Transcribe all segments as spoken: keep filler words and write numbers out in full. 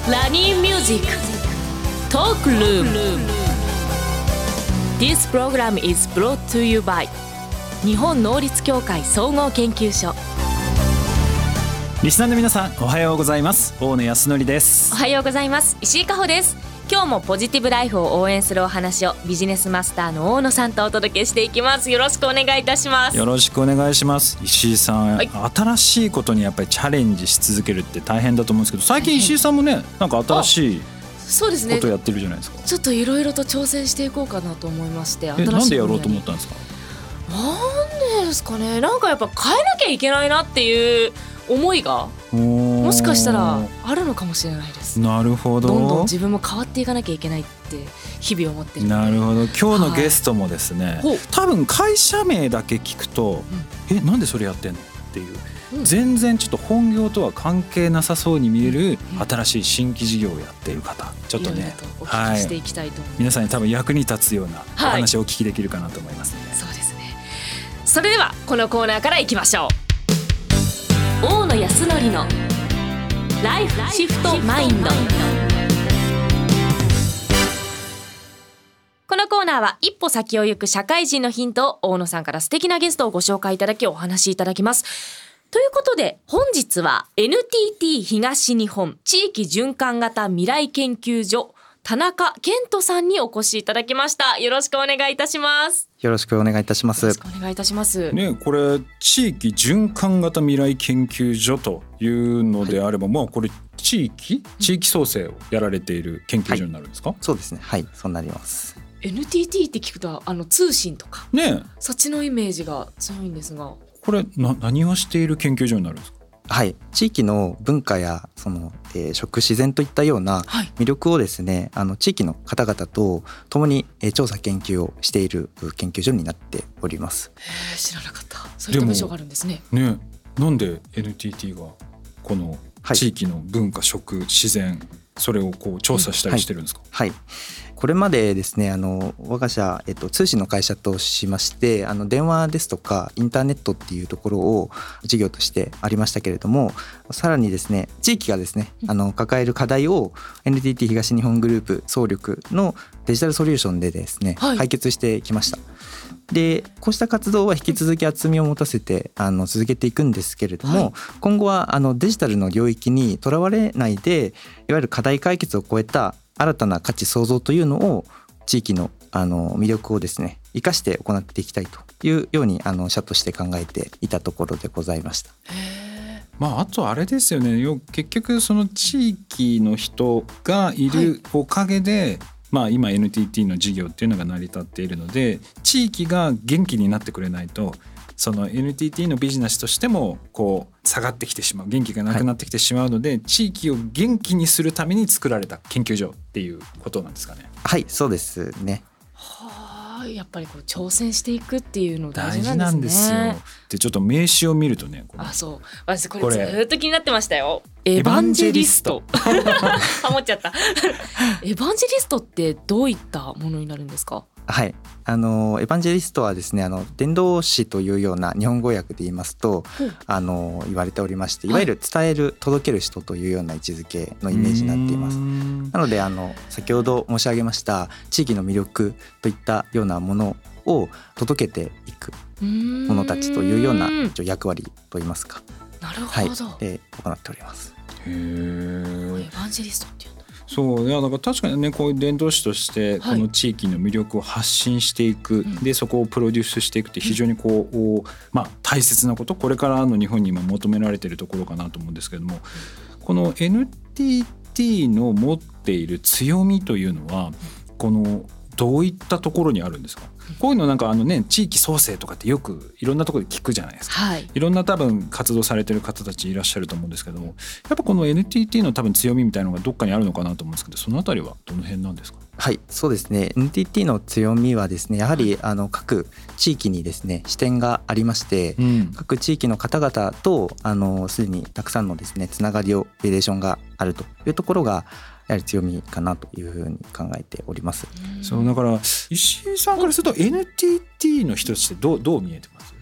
ラニーミュージックトークルーム This program is brought to you by 日本能率協会総合研究所。 リスナーの皆さんおはようございます。大野康則です。 おはようございます。石井加穂です。今日もポジティブライフを応援するお話をビジネスマスターの大野さんとお届けしていきます。よろしくお願いいたします。 よろしくお願いします。石井さん、はい、新しいことにやっぱりチャレンジし続けるって大変だと思うんですけど、最近石井さんもね、なんか新しいそうですね、 ことやってるじゃないですか。 ちょっといろいろと挑戦していこうかなと思いまして。 え、なんでやろうと思ったんですか？ なんでですかね。なんかやっぱ変えなきゃいけないなっていう思いがもしかしたらあるのかもしれないです。 なるほど。 どんどん自分も変わっていかなきゃいけないって日々思ってる。 なるほど。今日のゲストもですね、はい、多分会社名だけ聞くと、うん、えなんでそれやってんのっていう、うん、全然ちょっと本業とは関係なさそうに見える新しい新規事業をやっている方、ちょっとね、いろいろとお聞きしていきたいと思います。はい、皆さんに多分役に立つようなお話をお聞きできるかなと思いますね。 はい、そうですね。それではこのコーナーからいきましょう。大野康則のライフシフトマインド。このコーナーは一歩先を行く社会人のヒントを大野さんから素敵なゲストをご紹介いただきお話しいただきます。ということで本日は エヌティーティー 東日本地域循環型未来研究所田中健人さんにお越しいただきました。よろしくお願いいたします。 よろしくお願いいたします。 よろしくお願いいたします。 ね、これ地域循環型未来研究所というのであれば、はい、まあこれ地域地域創生をやられている研究所になるんですか？ はい、そうですね。はい、そうなります。 エヌティーティー って聞くとあの通信とか、 ね、 そっちのイメージが強いんですが、 これな何をしている研究所になるんですか？ はい、地域の文化やその、えー、食自然といったような魅力をですね、はい、あの地域の方々と共に、えー、調査研究をしている研究所になっております。 へー、知らなかった。そういった場所があるんですね。 ね、なんで エヌティーティー がこの地域の文化、はい、食自然それをこう調査したりしてるんですか？ うん、はい、はい、これまでですね、あの我が社、えっと、通信の会社としましてあの電話ですとかインターネットっていうところを事業としてありましたけれども、さらにですね地域がですねあの抱える課題を エヌティーティー 東日本グループ総力のデジタルソリューションでですね、はい、解決してきました。でこうした活動は引き続き厚みを持たせてあの続けていくんですけれども、はい、今後はあのデジタルの領域にとらわれないでいわゆる課題解決を超えた新たな価値創造というのを地域のあの魅力をですね生かして行っていきたいというようにあの社として考えていたところでございました。 へー、まあ、あとあれですよね、結局その地域の人がいるおかげで、はい、まあ、今 エヌティーティー の事業っていうのが成り立っているので、地域が元気になってくれないとその エヌティーティー のビジネスとしてもこう下がってきてしまう、元気がなくなってきてしまうので、はい、地域を元気にするために作られた研究所っていうことなんですかね？ はい、そうですね。 はあ、やっぱりこう挑戦していくっていうの大事なんですね。 大事なんですよ。でちょっと名刺を見るとね、 あ、そう、私これずっと気になってましたよ。エヴァンジェリストハモっちゃったエヴァンジェリストってどういったものになるんですか？ はい、あのエヴァンジェリストはですね、あの伝道師というような日本語訳で言いますと、うん、あの言われておりまして、いわゆる伝える、はい、届ける人というような位置づけのイメージになっています。なのであの先ほど申し上げました地域の魅力といったようなものを届けていく者たちというような役割といいますか、 なるほど、 はい、で行っております。 へー、 エヴァンジェリストっていうんだ。 そういやだから確かにね、こういう伝道師としてこの地域の魅力を発信していく、はい、でそこをプロデュースしていくって非常にこう、うん、まあ、大切なこと、これからの日本に今求められているところかなと思うんですけれども、この エヌティーティー の持っている強みというのはこのどういったところにあるんですか？こういうのなんかあのね、地域創生とかってよくいろんなところで聞くじゃないですか、はい、いろんな多分活動されてる方たちいらっしゃると思うんですけども、やっぱこの エヌティーティー の多分強みみたいなのがどっかにあるのかなと思うんですけど、そのあたりはどの辺なんですか？ はい、そうですね。 エヌティーティー の強みはですね、やはりあの各地域にですね視点がありまして、うん、各地域の方々とあのすでにたくさんのですねつながりをリレーションがあるというところがやはり強みかなというふうに考えております。 そうだから石井さんからすると エヌティーティー の人としてどう、どう見えてます？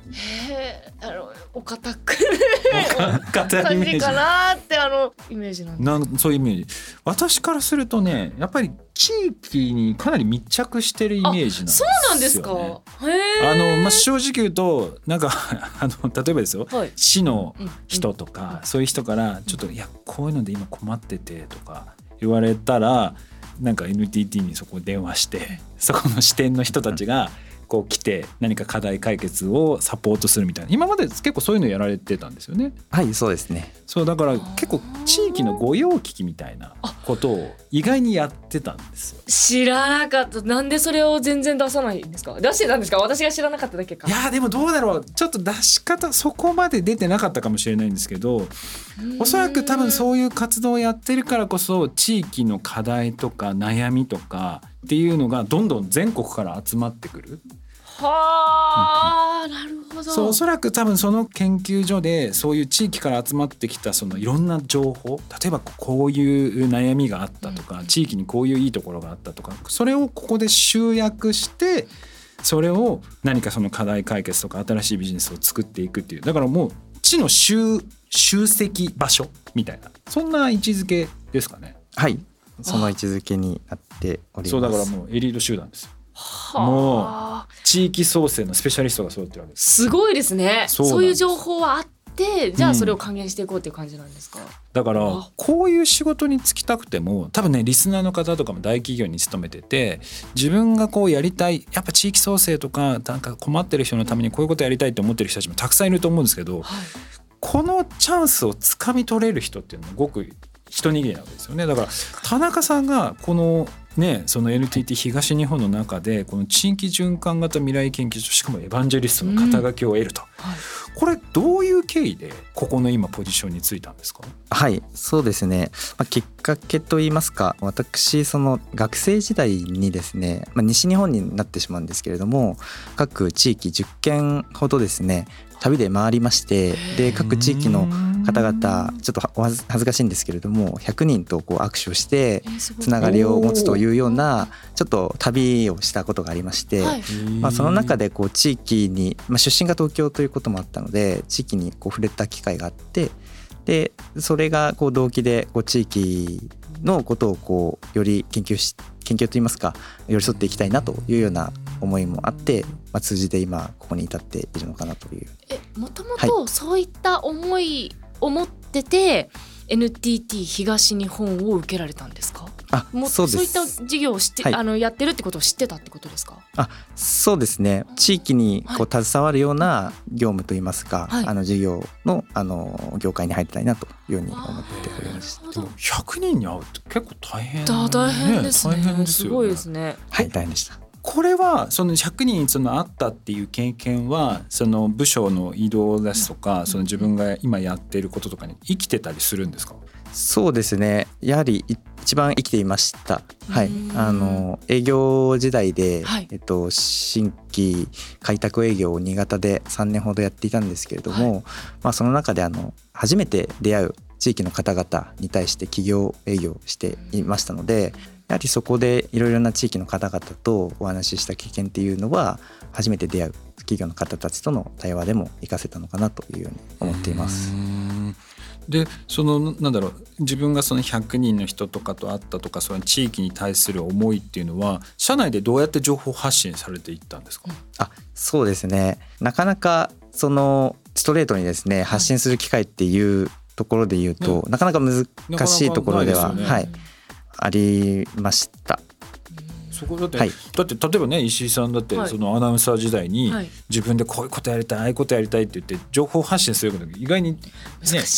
へー、あのお堅くお堅いイ感メージじかなってあのイメージなんです。 なんそういうイメージ。私からするとねやっぱり地域にかなり密着してるイメージなんですよね。 そうなんですか。へあの、まあ、 ー。 正直言うとなんかあの例えばですよ、 はい。 市のうん人とか、そういう人からちょっといやこういうので今困っててとか言われたらなんか エヌティーティー にそこ電話してそこの支店の人たちがこう来て何か課題解決をサポートするみたいな、今まで結構そういうのやられてたんですよね。 はいそうですね。 そうだから結構地域の御用聞きみたいなことを意外にやってたんですよ。 知らなかった。なんでそれを全然出さないんですか。出してたんですか。私が知らなかっただけか。 いやでもどうだろう、ちょっと出し方そこまで出てなかったかもしれないんですけど、おそらく多分そういう活動をやってるからこそ地域の課題とか悩みとかっていうのがどんどん全国から集まってくる。 はあ、なるほど。 そうおそらく多分その研究所でそういう地域から集まってきたそのいろんな情報、例えばこういう悩みがあったとか、地域にこういういいところがあったとか、それをここで集約してそれを何かその課題解決とか新しいビジネスを作っていくっていう、だからもう地の集集積場所みたいな、そんな位置づけですかね。 はいその位置づけになっております。 そうだからもうエリート集団ですよ。 はもあ、 う地域創生のスペシャリストが揃ってるわけです。 すごいですね。 そうなんです。 そういう情報はあってじゃあそれを還元していこうっていう感じなんですか。 だからあこういう仕事に就きたくても多分ねリスナーの方とかも大企業に勤めてて自分がこうやりたいやっぱ地域創生とかなんか困ってる人のためにこういうことやりたいって思ってる人たちもたくさんいると思うんですけど、 はい、 このチャンスをつかみ取れる人っていうのはごく一握りなわけですよね。だから田中さんがこのねその エヌティーティー 東日本の中でこの地域循環型未来研究所しかもエヴァンジェリストの肩書きを得ると、 うんはい、 これどういう経緯でここの今ポジションに就いたんですか。 はいそうですね、まあ、きっかけといいますか、私その学生時代にですね、まあ、西日本になってしまうんですけれども各地域じゅっけんほどですね旅で回りまして、で各地域の方々ちょっとお恥ず恥ずかしいんですけれどもひゃくにんとこう握手をしてつながりを持つというようなちょっと旅をしたことがありまして、 はい、 まあ、その中でこう地域に、まあ、出身が東京ということもあったので地域にこう触れた機会があって、でそれがこう動機でこう地域のことをこうより研究し研究といいますか寄り添っていきたいなというような思いもあって、まあ、通じて今ここに至っているのかなという。 えもともとそういった思いを持ってて、エヌティーティー 東日本を受けられたんですか。 あもそうです。 そういった事業を知って、 はい、 あのやってるってことを知ってたってことですか。 あそうですね、地域にこう携わるような業務といいますか、はい、あの事業 の, あの業界に入りたいなというように思っておりました。 でもひゃくにんに会うって結構大変、ね、 大変ですね。 大変ですよね。 すごいですね。 はい大変でした。 これはそのひゃくにんその会ったっていう経験はその部署の移動ですとか、その自分が今やっていることとかに生きてたりするんですか。 そうですね、やはり一番生きていました。はい、あの営業時代で、はい、えっと、新規開拓営業を新潟でさんねんほどやっていたんですけれども、はい、まあ、その中であの初めて出会う地域の方々に対して企業営業していましたので、やはりそこでいろいろな地域の方々とお話しした経験っていうのは初めて出会う企業の方たちとの対話でも活かせたのかなというように思っています。 うーんでそのなんだろう自分がそのひゃくにんの人とかと会ったとかその地域に対する思いっていうのは社内でどうやって情報発信されていったんですか。 あそうですね、なかなかそのストレートにですね発信する機会っていうところで言うと、ね、なかなか難しいところでは、はい、ありました。 そこだって、 はい、 だって例えばね石井さんだってそのアナウンサー時代に自分でこういうことやりたいああいうことやりたいって言って情報発信すること意外に、ね、 難しいです、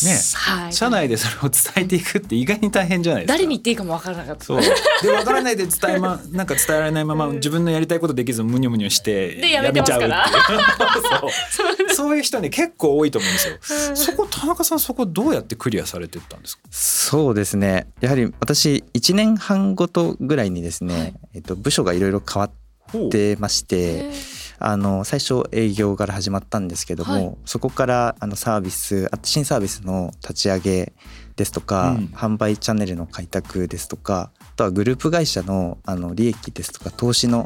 ね、 はい、 社内でそれを伝えていくって意外に大変じゃないですか。 誰に言っていいかも分からなかった。 そうで分からないで伝え、ま、なんか伝えられないまま自分のやりたいことできずムニョムニョしてでやめてますからそうそういう人ね結構多いと思うんですよ。そこ田中さんそこどうやってクリアされていったんですか。 そうですね、やはり私いちねんはんごとぐらいにですね、はい、えっと、部署がいろいろ変わってまして、あの最初営業から始まったんですけども、はい、そこからあのサービス新サービスの立ち上げですとか、うん、販売チャンネルの開拓ですとか、あとはグループ会社のあの利益ですとか投資の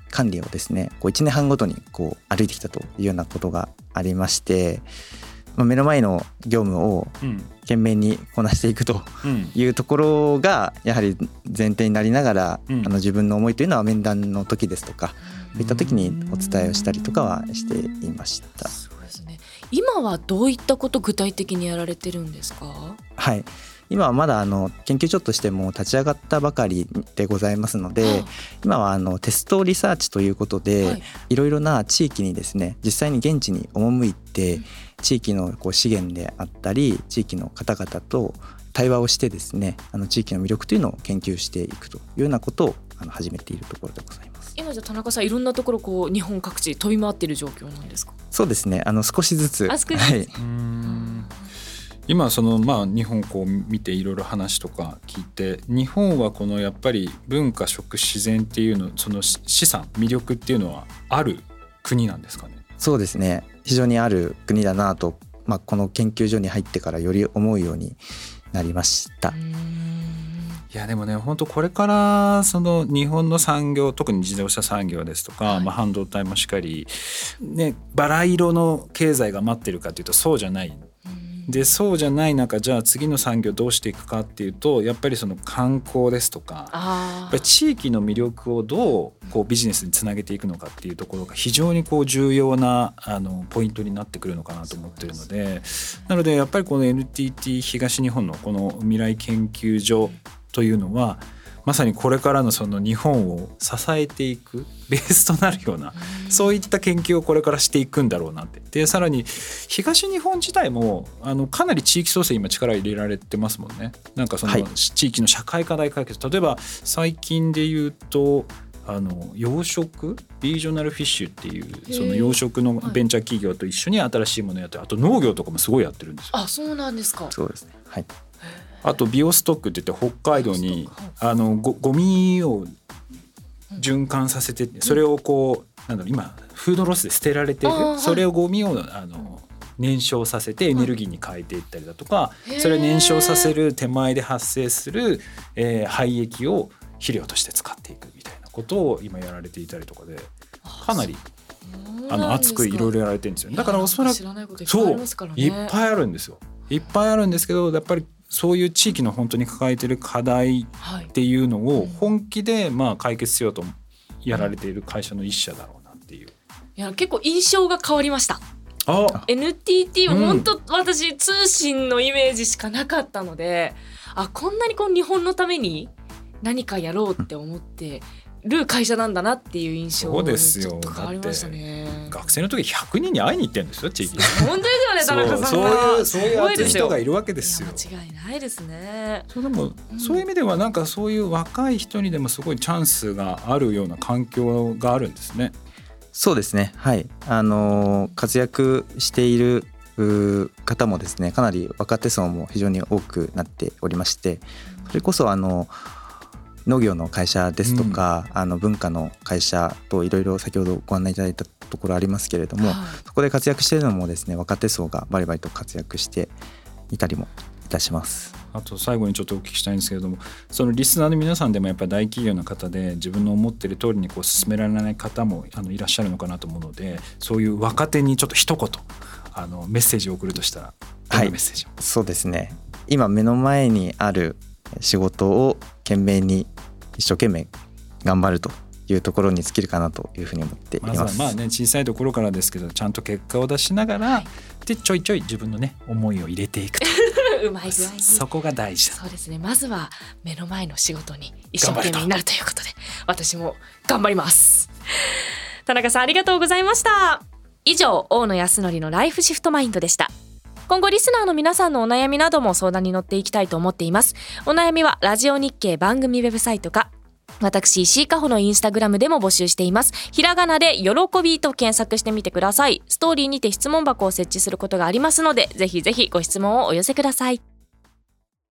管理をですねこういちねんはんごとにこう歩いてきたというようなことがありまして、まあ、目の前の業務を懸命にこなしていくというところがやはり前提になりながら、うん、あの自分の思いというのは面談の時ですとかそういった時にお伝えをしたりとかはしていました。 そうですね。今はどういったこと具体的にやられてるんですか？ はい、今はまだあの研究所としても立ち上がったばかりでございますので、はあ、今はあのテストリサーチということで、はい、いろいろな地域にですね実際に現地に赴いて、うん、地域のこう資源であったり地域の方々と対話をしてですねあの地域の魅力というのを研究していくというようなことをあの始めているところでございます。 今じゃ田中さんいろんなところこう日本各地飛び回っている状況なんですか？ そうですね、あの少しずつ。 あ、少しずつ、 はい、 うーん今そのまあ日本こう見ていろいろ話とか聞いて、日本はこのやっぱり文化食自然っていうのその資産魅力っていうのはある国なんですかね？ そうですね、非常にある国だなと、まあ、この研究所に入ってからより思うようになりました。 いやでもね本当これからその日本の産業特に自動車産業ですとか、はいまあ、半導体もしっかり、ね、バラ色の経済が待ってるかというとそうじゃないで、そうじゃない中じゃあ次の産業どうしていくかっていうとやっぱりその観光ですとかやっぱり地域の魅力をどうこうビジネスにつなげていくのかっていうところが非常にこう重要なあのポイントになってくるのかなと思っているので、なのでやっぱりこの エヌティーティー 東日本のこの未来研究所というのはまさにこれからのその日本を支えていくベースとなるようなそういった研究をこれからしていくんだろうなって。でさらに東日本自体もあのかなり地域創生今力入れられてますもんね。なんかその地域の社会課題解決、例えば最近で言うとあの養殖リージョナルフィッシュっていうその養殖のベンチャー企業と一緒に新しいものをやって、あと農業とかもすごいやってるんですよ。 あ、そうなんですか。 そうですね、はい。 あとビオストックって言って北海道にあの ゴ, ゴミを循環させてそれをこうなんだろう今フードロスで捨てられてるそれをゴミをあの燃焼させてエネルギーに変えていったりだとか、それを燃焼させる手前で発生する、えー、廃液を肥料として使っていくみたいなことを今やられていたりとかで、かなりあの熱くいろいろやられてるんですよ。だからおそらくそういっぱいあるんですよ。いっぱいあるんですけどやっぱりそういう地域の本当に抱えている課題っていうのを本気でまあ解決しようとやられている会社の一社だろうなっていう。 いや結構印象が変わりました。 あエヌティーティー は本当、うん、私通信のイメージしかなかったので、あこんなにこう日本のために何かやろうって思ってる会社なんだなっていう印象にちょっと変わりましたね。 学生の時ひゃくにんに会いに行ってるんですよ地域に。 本当ですよね田中さんが。 そういうそういう熱い人がいるわけですよ。 間違いないですね。 そうでも、うん、そういう意味ではなんかそういう若い人にでもすごいチャンスがあるような環境があるんですね。 そうですね、はい。あの活躍している方もですねかなり若手層も非常に多くなっておりまして、それこそあの農業の会社ですとか、うん、あの文化の会社といろいろ先ほどご案内いただいたところありますけれども、はい、そこで活躍しているのもですね若手層がバリバリと活躍していたりもいたします。 あと最後にちょっとお聞きしたいんですけれども、そのリスナーの皆さんでもやっぱり大企業の方で自分の思っている通りにこう進められない方もあのいらっしゃるのかなと思うので、そういう若手にちょっと一言あのメッセージを送るとしたらどんなメッセージを？ はい、そうですね、今目の前にある仕事を懸命に一生懸命頑張るというところに尽きるかなというふうに思っています。 まずはまあね小さいところからですけどちゃんと結果を出しながら、はい、でちょいちょい自分のね思いを入れていくとうまい具合にそこが大事だ。 そうですね、まずは目の前の仕事に一生懸命になるということで私も頑張ります。田中さんありがとうございました。以上大野康則のライフシフトマインドでした。今後リスナーの皆さんのお悩みなども相談に乗っていきたいと思っています。お悩みはラジオ日経番組ウェブサイトか私石井加穂のインスタグラムでも募集しています。ひらがなで喜びと検索してみてください。ストーリーにて質問箱を設置することがありますのでぜひぜひご質問をお寄せください。